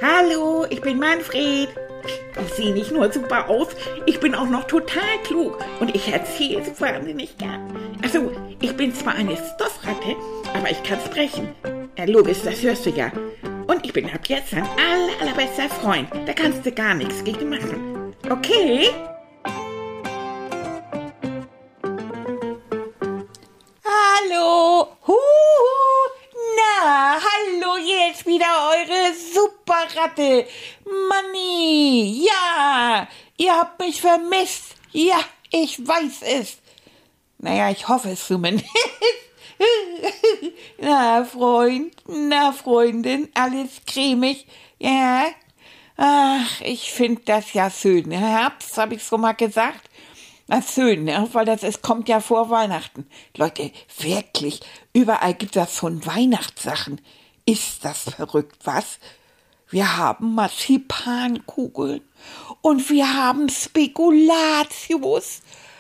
Hallo, ich bin Manfred. Ich sehe nicht nur super aus, ich bin auch noch total klug und ich erzähle so wahnsinnig gern. Also, ich bin zwar eine Stoffratte, aber ich kann sprechen. Logisch, das hörst du ja. Und ich bin ab jetzt dein allerbester Freund. Da kannst du gar nichts gegen machen. Okay? Hallo. Na, hallo jetzt wieder eure Superratte. Manni, ja, ihr habt mich vermisst. Ja, ich weiß es. Naja, ich hoffe es zumindest. Na, Freund, na, Freundin, alles cremig, ja. Ach, ich finde das ja schön. Herbst, habe ich so mal gesagt. Na, schön, ne? Weil kommt ja vor Weihnachten. Leute, wirklich, überall gibt es schon Weihnachtssachen. Ist das verrückt, was? Wir haben Marzipankugeln und wir haben Spekulatius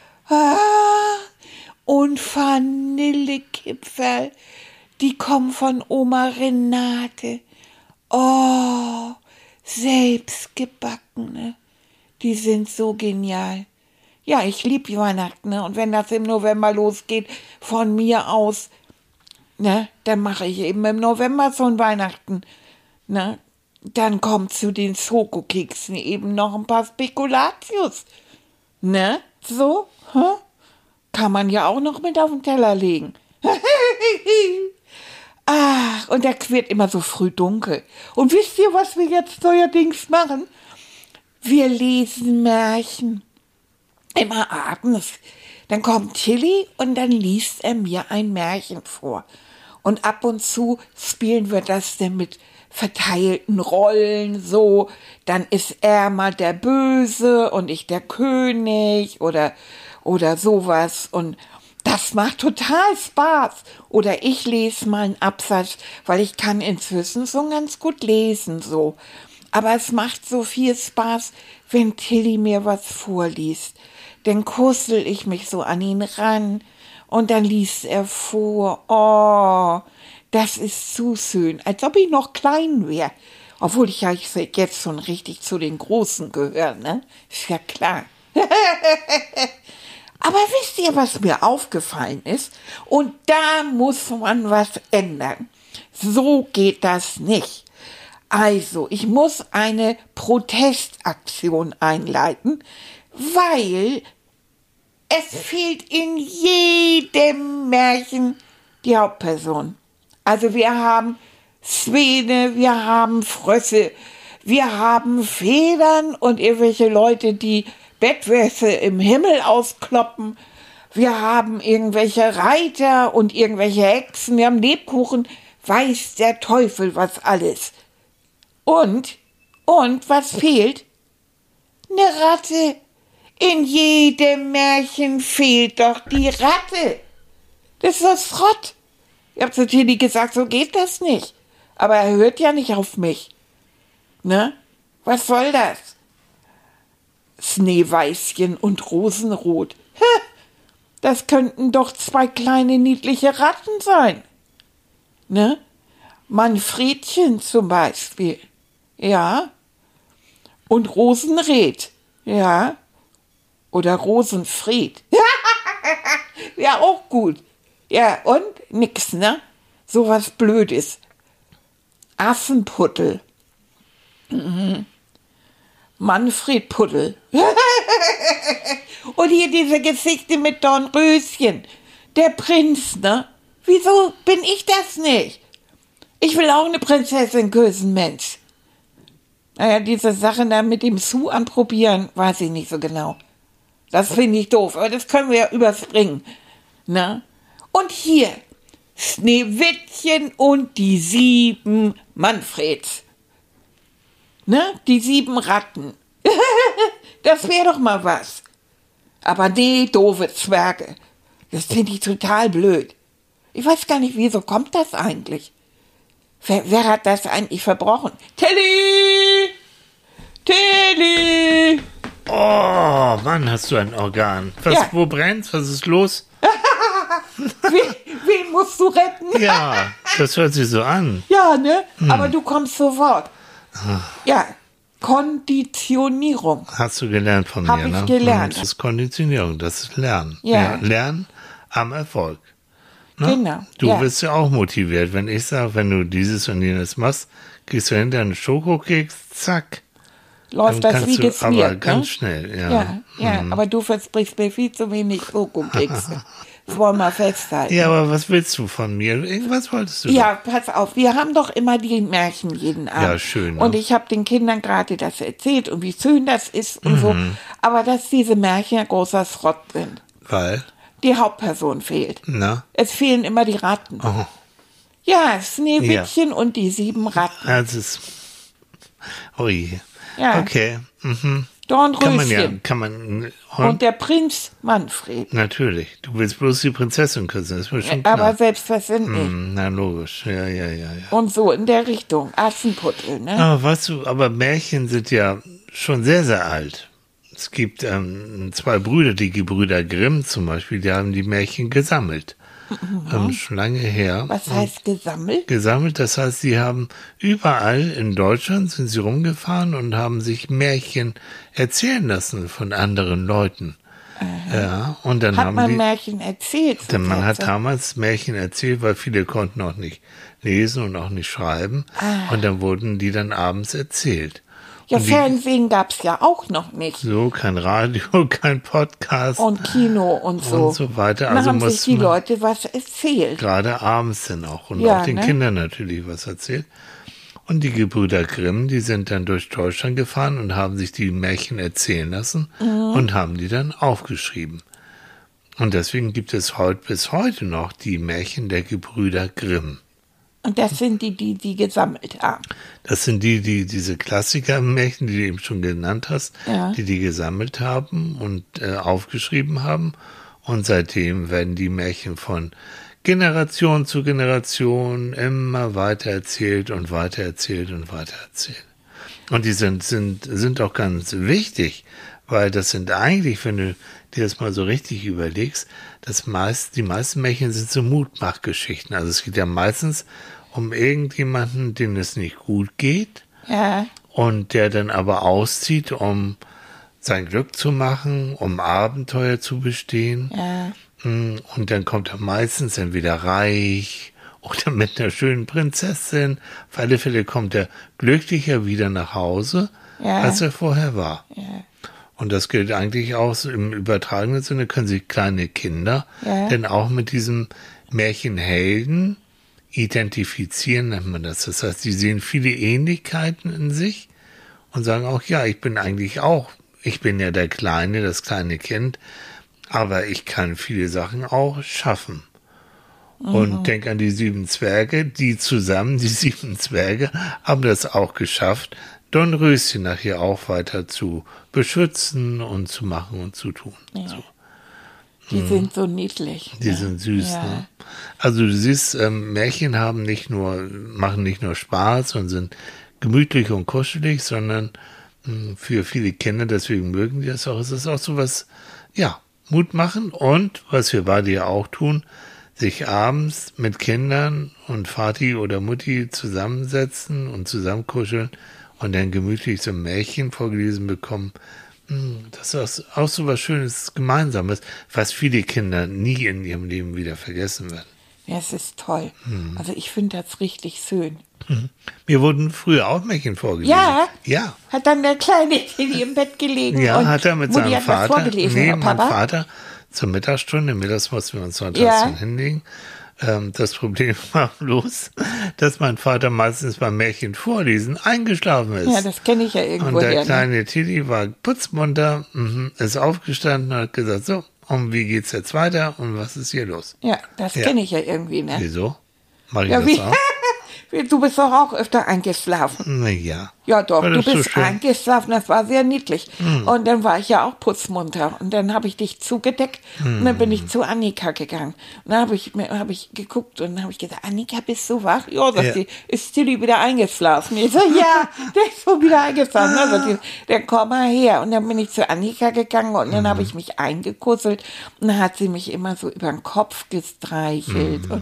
und Vanillekipferl. Die kommen von Oma Renate. Oh, selbstgebackene. Die sind so genial. Ja, ich liebe Weihnachten, ne? Und wenn das im November losgeht, von mir aus, ne, dann mache ich eben im November so ein Weihnachten, ne? Dann kommt zu den Schokokeksen eben noch ein paar Spekulatius, ne? So, kann man ja auch noch mit auf den Teller legen. Ach, und da wird immer so früh dunkel. Und wisst ihr, was wir jetzt neuerdings machen? Wir lesen Märchen. Immer abends. Dann kommt Tilly und dann liest er mir ein Märchen vor. Und ab und zu spielen wir das dann mit verteilten Rollen so. Dann ist er mal der Böse und ich der König oder sowas. Und das macht total Spaß. Oder ich lese mal einen Absatz, weil ich kann inzwischen so ganz gut lesen so. Aber es macht so viel Spaß, wenn Tilly mir was vorliest. Dann kussel ich mich so an ihn ran und dann liest er vor. Oh, das ist zu schön, als ob ich noch klein wäre. Obwohl ich ja jetzt schon richtig zu den Großen gehöre, ne? Ist ja klar. Aber wisst ihr, was mir aufgefallen ist? Und da muss man was ändern. So geht das nicht. Also, ich muss eine Protestaktion einleiten, weil es fehlt in jedem Märchen die Hauptperson. Also wir haben Schwäne, wir haben Frösche, wir haben Federn und irgendwelche Leute, die Bettwäsche im Himmel auskloppen. Wir haben irgendwelche Reiter und irgendwelche Hexen, wir haben Lebkuchen, weiß der Teufel was alles. Und was fehlt? Eine Ratte. In jedem Märchen fehlt doch die Ratte. Das ist das Schrott. Ich hab zu Tilly gesagt, so geht das nicht. Aber er hört ja nicht auf mich. Ne? Was soll das? Schneeweißchen und Rosenrot. Das könnten doch zwei kleine niedliche Ratten sein. Ne? Manfredchen zum Beispiel. Ja. Und Rosenred. Ja. Oder Rosenfried. Ja, auch gut. Ja, und? Nix, ne? So was Blödes. Affenputtel. Manfred Puddel. Und hier diese Geschichte mit Dornröschen. Der Prinz, ne? Wieso bin ich das nicht? Ich will auch eine Prinzessin küssen, Mensch. Naja, diese Sache da mit dem Schuh anprobieren, weiß ich nicht so genau. Das finde ich doof, aber das können wir ja überspringen. Na? Und hier, Schneewittchen und die 7 Manfreds. Ne? Die 7 Ratten. Das wäre doch mal was. Aber nee, doofe Zwerge. Das finde ich total blöd. Ich weiß gar nicht, wieso kommt das eigentlich? Wer hat das eigentlich verbrochen? Tilly! Tilly! Oh, Mann, hast du ein Organ. Wo brennt's? Was ist los? Wen musst du retten? Ja, das hört sich so an. Ja, ne? Aber du kommst sofort. Ja, Konditionierung. Hast du gelernt von Hab mir, ich ne? gelernt. Das ist Konditionierung, das ist Lernen. Ja. Lernen am Erfolg. Ne? Genau, Du ja. wirst ja auch motiviert, wenn ich sage, wenn du dieses und jenes machst, kriegst du hinterher einen Schokokeks, zack. Läuft Dann das wie kannst du aber geschmiert, ganz ne? schnell, ja. Ja, aber du versprichst mir viel zu wenig Schokokekse. Das wollen wir festhalten. Ja, aber was willst du von mir? Irgendwas wolltest du Ja, pass auf, wir haben doch immer die Märchen jeden Abend. Ja, schön, ne? Und ich habe den Kindern gerade das erzählt und wie schön das ist und so. Aber dass diese Märchen ein großer Schrott sind. doch. Weil? Die Hauptperson fehlt. Na? Es fehlen immer die Ratten. Oh. Ja, Schneewittchen und die 7 Ratten. Das ist. Oh je. Ja. Okay. Mhm. Dornröschen. Kann man. Und der Prinz Manfred. Natürlich. Du willst bloß die Prinzessin küssen, das ist mir schon klar. Aber selbstverständlich. Na, logisch. Ja. Und so in der Richtung. Aschenputtel, ne? Aber weißt du, aber Märchen sind ja schon sehr, sehr alt. Es gibt 2 Brüder, die Gebrüder Grimm zum Beispiel, die haben die Märchen gesammelt. Schon lange her. Was heißt gesammelt? Gesammelt, das heißt, sie haben überall in Deutschland sind sie rumgefahren und haben sich Märchen erzählen lassen von anderen Leuten. Ja, und dann Hat haben man die, Märchen erzählt? denn man hat Sätze? damals Märchen erzählt, weil viele konnten auch nicht lesen und auch nicht schreiben. Und dann wurden die dann abends erzählt. Ja, und Fernsehen gab's ja auch noch nicht. So, kein Radio, kein Podcast Und Kino und so. und so weiter. Dann Also haben sich muss die man Leute was erzählt. gerade abends dann auch und Ja, auch den ne? Kindern natürlich was erzählt. Und die Gebrüder Grimm, die sind dann durch Deutschland gefahren und haben sich die Märchen erzählen lassen und haben die dann aufgeschrieben. Und deswegen gibt es bis heute noch die Märchen der Gebrüder Grimm. Und das sind die gesammelt haben. Das sind diese Klassiker-Märchen, die du eben schon genannt hast, Ja. die gesammelt haben und aufgeschrieben haben. Und seitdem werden die Märchen von Generation zu Generation immer weiter erzählt und weiter erzählt und weiter erzählt. Und die sind auch ganz wichtig, weil das sind eigentlich, wenn du dir das mal so richtig überlegst, die meisten Märchen sind so Mutmachgeschichten. Also es geht ja meistens um irgendjemanden, dem es nicht gut geht Ja, und der dann aber auszieht, um sein Glück zu machen, um Abenteuer zu bestehen. ja. Und dann kommt er meistens entweder reich oder mit einer schönen Prinzessin. Auf alle Fälle kommt er glücklicher wieder nach Hause, Ja. als er vorher war. Ja. Und das gilt eigentlich auch so im übertragenen Sinne, können sich kleine Kinder Ja. denn auch mit diesem Märchenhelden identifizieren, nennt man das. Das heißt, sie sehen viele Ähnlichkeiten in sich und sagen auch, ja, ich bin ja der Kleine, das kleine Kind, aber ich kann viele Sachen auch schaffen. Und denk an die 7 Zwerge, die 7 Zwerge, haben das auch geschafft, Dornröschen nachher auch weiter zu beschützen und zu machen und zu tun. Ja. So. Die sind so niedlich. Die sind süß, Ja. ne? Also du siehst, Märchen machen nicht nur Spaß und sind gemütlich und kuschelig, sondern für viele Kinder, deswegen mögen die das auch. Es ist auch so was, ja, Mut machen und, was wir beide ja auch tun, sich abends mit Kindern und Vati oder Mutti zusammensetzen und zusammenkuscheln und dann gemütlich so ein Märchen vorgelesen bekommen. Das ist auch so was Schönes, Gemeinsames, was viele Kinder nie in ihrem Leben wieder vergessen werden. Ja, es ist toll. Also ich finde das richtig schön. Mir wurden früher auch Märchen vorgelesen. Ja? Ja. Hat dann der kleine Tilly im Bett gelegen Ja, und hat er mit Mutti seinem hat was Vater. vorgelesen, Nee, oder mein Papa? Vater zur Mittagsstunde. Mittags mussten wir uns sonntags Ja. dann hinlegen. Das Problem war bloß, dass mein Vater meistens beim Märchen vorlesen eingeschlafen ist. Ja, das kenne ich ja irgendwo Und der her. Ne? kleine Tilly war putzmunter, ist aufgestanden und hat gesagt, so, und wie geht's jetzt weiter und was ist hier los? Ja, das Ja. kenne ich ja irgendwie, ne? Wieso? Mach ich Ja, das wie? auch? Du bist doch auch öfter eingeschlafen. Naja. Ja, doch, War du das so bist schön? eingeschlafen, das war sehr niedlich. Und dann war ich ja auch putzmunter. Und dann habe ich dich zugedeckt und dann bin ich zu Annika gegangen. Und dann habe ich geguckt und dann habe ich gesagt, Annika, bist du wach? Ja, sagt Ja. sie, ist Tilly wieder eingeschlafen? Ich so, ja, der ist schon wieder eingeschlafen. Also, dann komm mal her. Und dann bin ich zu Annika gegangen und dann habe ich mich eingekusselt und dann hat sie mich immer so über den Kopf gestreichelt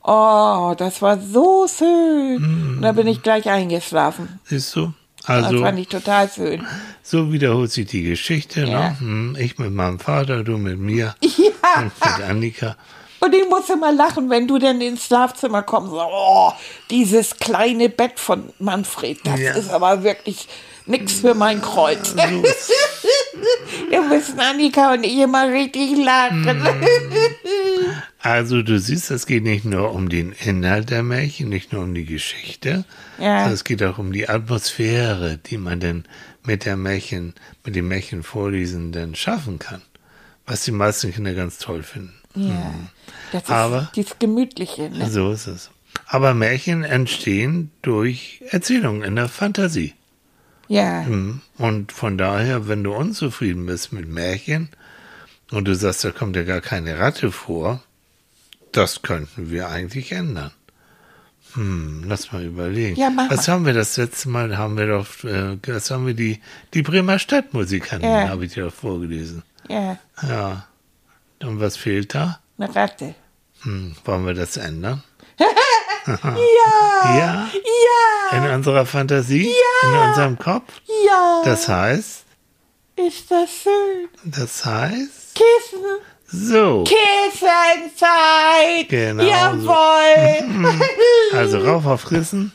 Oh, das war so schön. Und da bin ich gleich eingeschlafen. Siehst du? Das Also, fand ich total schön. so wiederholt sich die Geschichte, Ja. ne? Ich mit meinem Vater, du mit mir Ja. und mit Annika. Und ich muss immer lachen, wenn du dann ins Schlafzimmer kommst. So, oh, dieses kleine Bett von Manfred, das Ja. ist aber wirklich nix für mein Kreuz. Da müssen Annika und ich immer richtig lachen. Also du siehst, es geht nicht nur um den Inhalt der Märchen, nicht nur um die Geschichte, Ja. sondern es geht auch um die Atmosphäre, die man denn mit dem Märchenvorlesenden schaffen kann. Was die meisten Kinder ganz toll finden. Ja, das ist Aber- dieses Gemütliche. Ne? So ist es. Aber Märchen entstehen durch Erzählungen in der Fantasie. Ja, Und von daher, wenn du unzufrieden bist mit Märchen und du sagst, da kommt ja gar keine Ratte vor, das könnten wir eigentlich ändern. Lass mal überlegen. Ja, mach Was mal. haben wir das letzte Mal? Das haben wir die Bremer Stadtmusikanten, Ja. habe ich dir doch vorgelesen. ja, Ja. Und was fehlt da? eine Ratte. Wollen wir das ändern? Ja, Ja. ja, In unserer Fantasie? Ja. In unserem Kopf? ja. Das heißt? Ist das schön. Das heißt? Kissen, So. Kissenzeit. Genau Jawohl. Also rauf auf Kissen.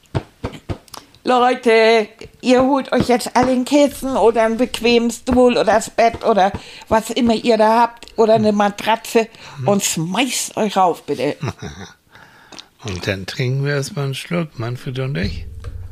Leute, ihr holt euch jetzt alle ein Kissen oder einen bequemen Stuhl oder das Bett oder was immer ihr da habt oder eine Matratze und schmeißt euch rauf, bitte. Und dann trinken wir erstmal einen Schluck, Manfred und ich.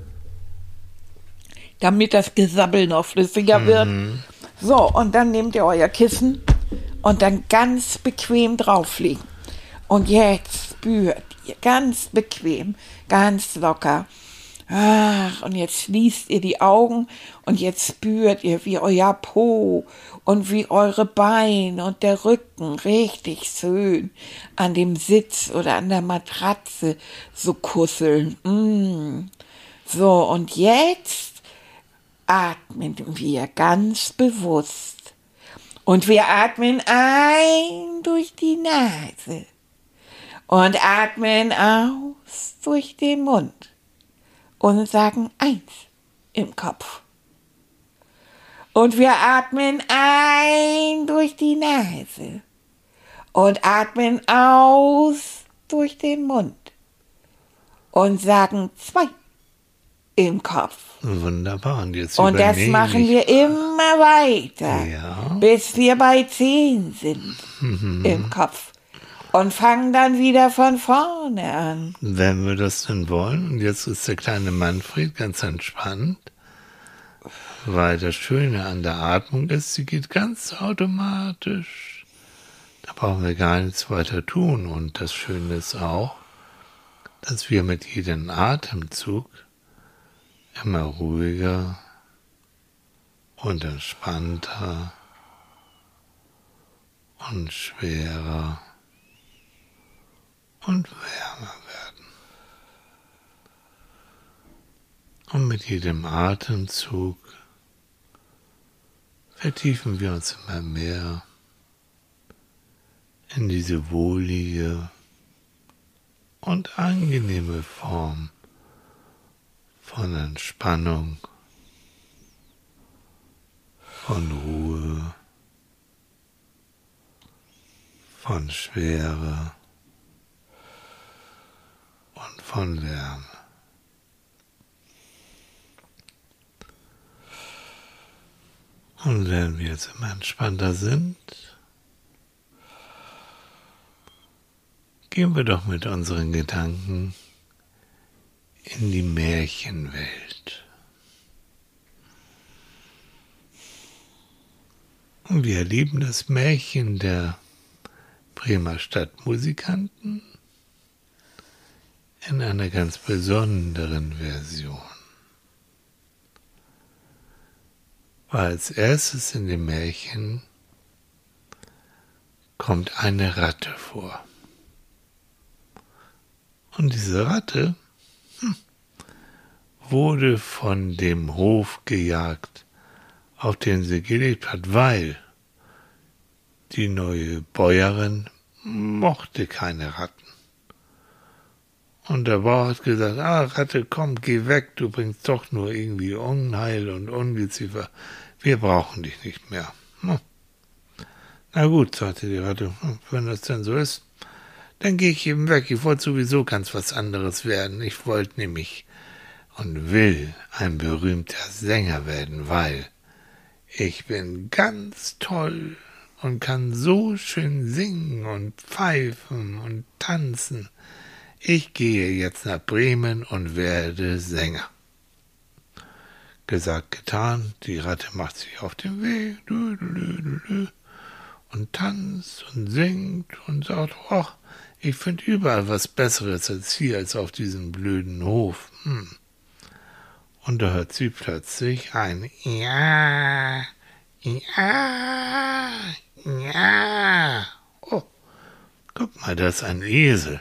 Damit das Gesabbel noch flüssiger wird. So, und dann nehmt ihr euer Kissen und dann ganz bequem drauflegen. Und jetzt spürt ihr ganz bequem, ganz locker. Ach, und jetzt schließt ihr die Augen und jetzt spürt ihr, wie euer Po und wie eure Beine und der Rücken richtig schön an dem Sitz oder an der Matratze so kusseln. So, und jetzt atmen wir ganz bewusst. Und wir atmen ein durch die Nase und atmen aus durch den Mund und sagen 1 im Kopf. Und wir atmen ein durch die Nase und atmen aus durch den Mund und sagen 2 im Kopf. Wunderbar. Und jetzt Und das übernehme machen ich. wir immer weiter, Ja. bis wir bei 10 sind im Kopf. Und fangen dann wieder von vorne an. Wenn wir das denn wollen. Und jetzt ist der kleine Manfred ganz entspannt. Weil das Schöne an der Atmung ist, sie geht ganz automatisch. Da brauchen wir gar nichts weiter tun. Und das Schöne ist auch, dass wir mit jedem Atemzug immer ruhiger und entspannter und schwerer und wärmer werden. Und mit jedem Atemzug vertiefen wir uns immer mehr in diese wohlige und angenehme Form von Entspannung, von Ruhe, von Schwere und von Wärme. Und wenn wir jetzt immer entspannter sind, gehen wir doch mit unseren Gedanken in die Märchenwelt. Und wir erleben das Märchen der Bremer Stadtmusikanten in einer ganz besonderen Version. Weil als erstes in dem Märchen kommt eine Ratte vor. Und diese Ratte wurde von dem Hof gejagt, auf den sie gelebt hat, weil die neue Bäuerin mochte keine Ratten. Und der Bauer hat gesagt, Ratte, komm, geh weg, du bringst doch nur irgendwie Unheil und Ungeziefer. Wir brauchen dich nicht mehr. Na gut, sagte die Ratte, wenn das denn so ist, dann gehe ich eben weg. Ich wollte sowieso ganz was anderes werden. Ich wollte nämlich und will ein berühmter Sänger werden, weil ich bin ganz toll und kann so schön singen und pfeifen und tanzen. Ich gehe jetzt nach Bremen und werde Sänger. Gesagt, getan, die Ratte macht sich auf den Weg und tanzt und singt und sagt, ach, ich finde überall was Besseres als hier, als auf diesem blöden Hof. Und da hört sie plötzlich ein Ja, ja, ja. Oh, guck mal, das ist ein Esel.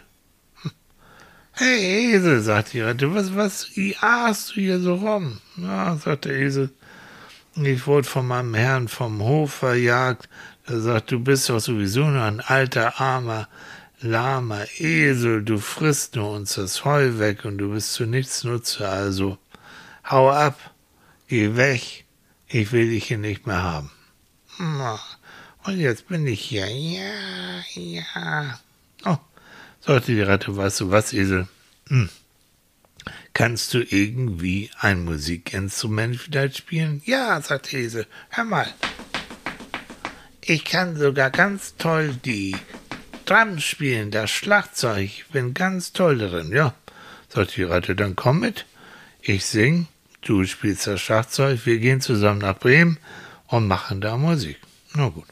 Hey Esel, sagt die Ratte, was hast du hier so rum? Ja, sagt der Esel, ich wurde von meinem Herrn vom Hof verjagt. Er sagt, du bist doch sowieso nur ein alter, armer, lahmer Esel, du frisst nur uns das Heu weg und du bist zu nichts Nutze, also hau ab, geh weg, ich will dich hier nicht mehr haben. Und jetzt bin ich hier, ja. Oh, sagte die Ratte, weißt du was, Esel? Kannst du irgendwie ein Musikinstrument vielleicht spielen? Ja, sagte Esel, hör mal. Ich kann sogar ganz toll die Drums spielen, das Schlagzeug. Ich bin ganz toll darin. Ja, sagte die Ratte, dann komm mit. Ich sing, du spielst das Schlagzeug, wir gehen zusammen nach Bremen und machen da Musik. Na gut.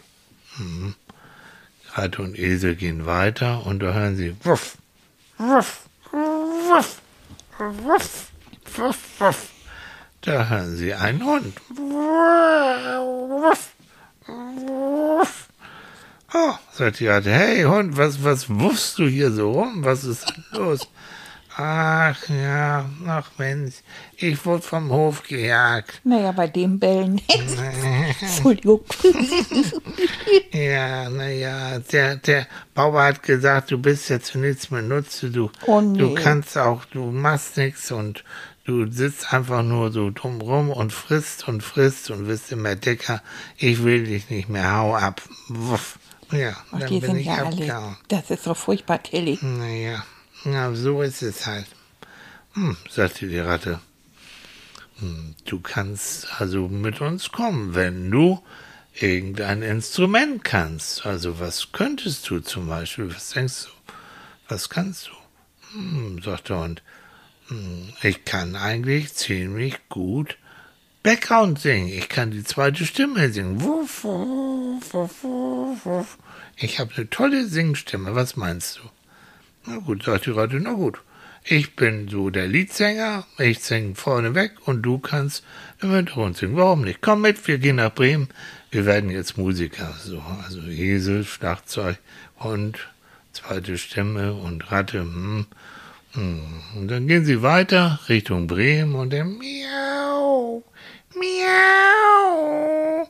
Ratte und Esel gehen weiter und da hören sie wuff, wuff, wuff, wuff, wuff, wuff. Da hören sie einen Hund. Wuff, wuff. Oh, sagt die Ratte, hey Hund, was wuffst du hier so rum? Was ist denn los? Ach ja, ach Mensch, ich wurde vom Hof gejagt. Naja, bei dem Bellen. Entschuldigung. Ja, naja, der Bauer hat gesagt, du bist ja zu nichts mehr Nutze, du kannst auch, du machst nichts und du sitzt einfach nur so dumm rum und frisst und wirst immer dicker. Ich will dich nicht mehr, hau ab. Wuff. Ja, Ach, dann die bin sind ich ja abgehauen. alle. Das ist so furchtbar, Tilly. Naja, ja, so ist es halt. Sagte die Ratte. Du kannst also mit uns kommen, wenn du irgendein Instrument kannst. Also was könntest du zum Beispiel? Was denkst du? Was kannst du? Sagt der Hund. Ich kann eigentlich ziemlich gut Background singen. Ich kann die zweite Stimme singen. Wuff, wuff, wuff, wuff, wuff. Ich habe eine tolle Singstimme. Was meinst du? Na gut, sagt die Ratte, na gut. Ich bin so der Liedsänger, ich singe vorne weg und du kannst im Hintergrund singen. Warum nicht? Komm mit, wir gehen nach Bremen, wir werden jetzt Musiker. So, also Esel, Schlagzeug, Hund, zweite Stimme und Ratte. Und dann gehen sie weiter Richtung Bremen und dann miau, miau,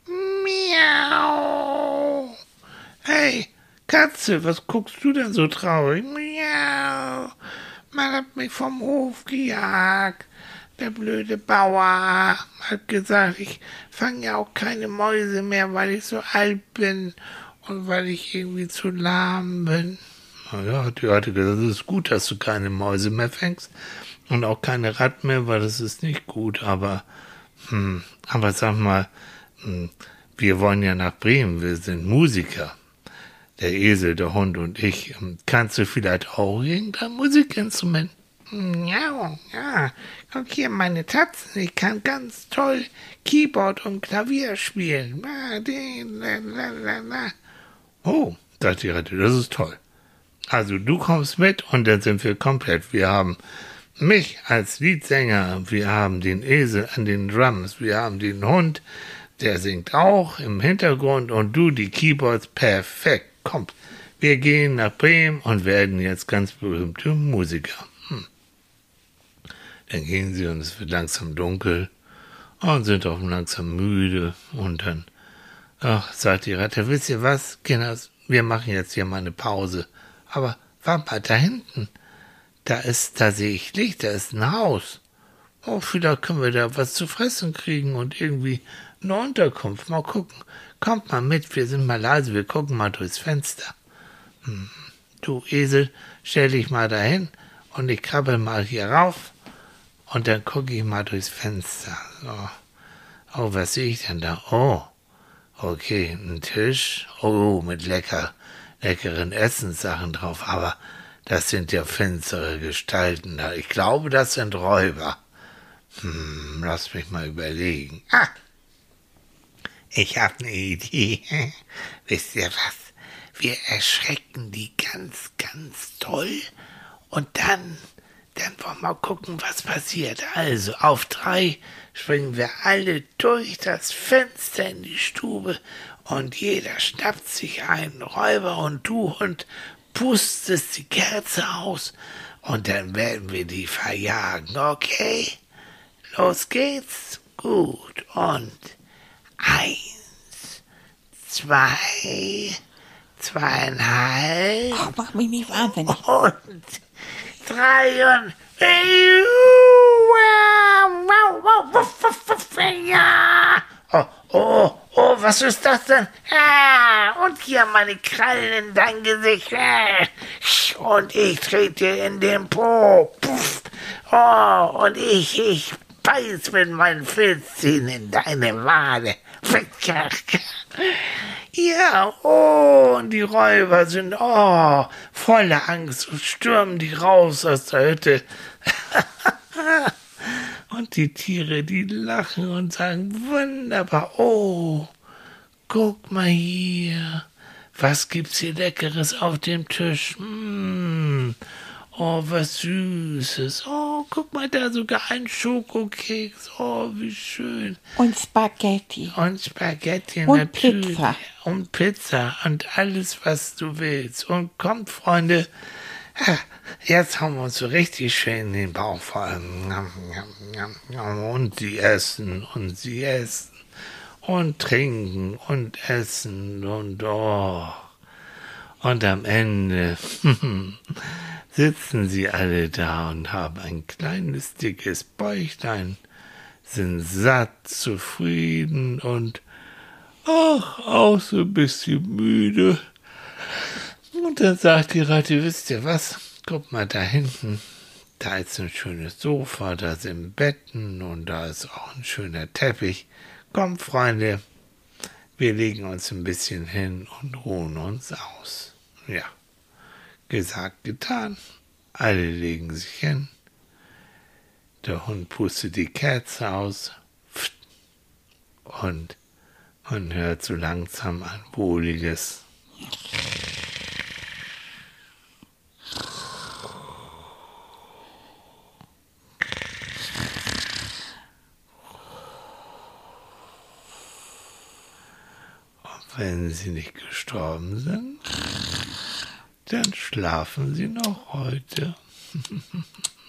miau. Hey, Katze, was guckst du denn so traurig? Miau. Man hat mich vom Hof gejagt. Der blöde Bauer hat gesagt, ich fange ja auch keine Mäuse mehr, weil ich so alt bin und weil ich irgendwie zu lahm bin. Naja, die hatte gesagt, es ist gut, dass du keine Mäuse mehr fängst und auch keine Ratten mehr, weil das ist nicht gut. Aber sag mal, wir wollen ja nach Bremen, wir sind Musiker. Der Esel, der Hund und ich. Kannst du vielleicht auch irgendein Musikinstrument? Ja, guck hier meine Tatzen. Ich kann ganz toll Keyboard und Klavier spielen. Oh, sagt die Ratte, das ist toll. Also du kommst mit und dann sind wir komplett. Wir haben mich als Liedsänger, wir haben den Esel an den Drums, wir haben den Hund, der singt auch im Hintergrund und du die Keyboards, perfekt. Komm, wir gehen nach Bremen und werden jetzt ganz berühmte Musiker. Dann gehen sie und es wird langsam dunkel und sind auch langsam müde und dann, sagt die Ratte, wisst ihr was, Kinders, wir machen jetzt hier mal eine Pause. Aber warte mal, da hinten, da sehe ich Licht, da ist ein Haus. Oh, vielleicht können wir da was zu fressen kriegen und irgendwie eine Unterkunft. Mal gucken. Kommt mal mit, wir sind mal leise, wir gucken mal durchs Fenster. Du Esel, stell dich mal dahin und ich krabbel mal hier rauf und dann gucke ich mal durchs Fenster. So. Oh, was sehe ich denn da? Oh, okay, ein Tisch. Oh, mit leckeren Essenssachen drauf. Aber das sind ja finstere Gestalten da. Ich glaube, das sind Räuber. Lass mich mal überlegen. Ich habe eine Idee. Wisst ihr was? Wir erschrecken die ganz, ganz toll und dann wollen wir mal gucken, was passiert. Also, auf 3 springen wir alle durch das Fenster in die Stube und jeder schnappt sich einen Räuber und du Hund pustest die Kerze aus und dann werden wir die verjagen, okay? Los geht's. Gut. Und 1, 2, 2,5. Ach, mach mich nicht wahnsinnig. Und 3 und... Ja. Oh, was ist das denn? Und hier meine Krallen in dein Gesicht. Und ich trete dir in den Po. Und ich beiß mit meinen Filzzähnen in deine Wade. Ja, und die Räuber sind, voller Angst und stürmen die raus aus der Hütte. Und die Tiere, die lachen und sagen, wunderbar, oh, guck mal hier, was gibt's hier Leckeres auf dem Tisch? Oh, was Süßes. Oh, guck mal, da sogar ein Schokokeks. Oh, wie schön. Und Spaghetti. Und Spaghetti und natürlich. Pizza. Und Pizza und alles, was du willst. Und kommt, Freunde, jetzt haben wir uns so richtig schön in den Bauch voll. Und sie essen und sie essen. Und trinken und essen und Und am Ende sitzen sie alle da und haben ein kleines, dickes Bäuchlein, sind satt, zufrieden und auch so ein bisschen müde. Und dann sagt die Ratte, wisst ihr was, guck mal da hinten, da ist ein schönes Sofa, da sind Betten und da ist auch ein schöner Teppich. Kommt, Freunde, wir legen uns ein bisschen hin und ruhen uns aus. Ja, gesagt, getan. Alle legen sich hin. Der Hund pustet die Kerze aus. Und man hört so langsam ein wohliges Wenn sie nicht gestorben sind, dann schlafen sie noch heute.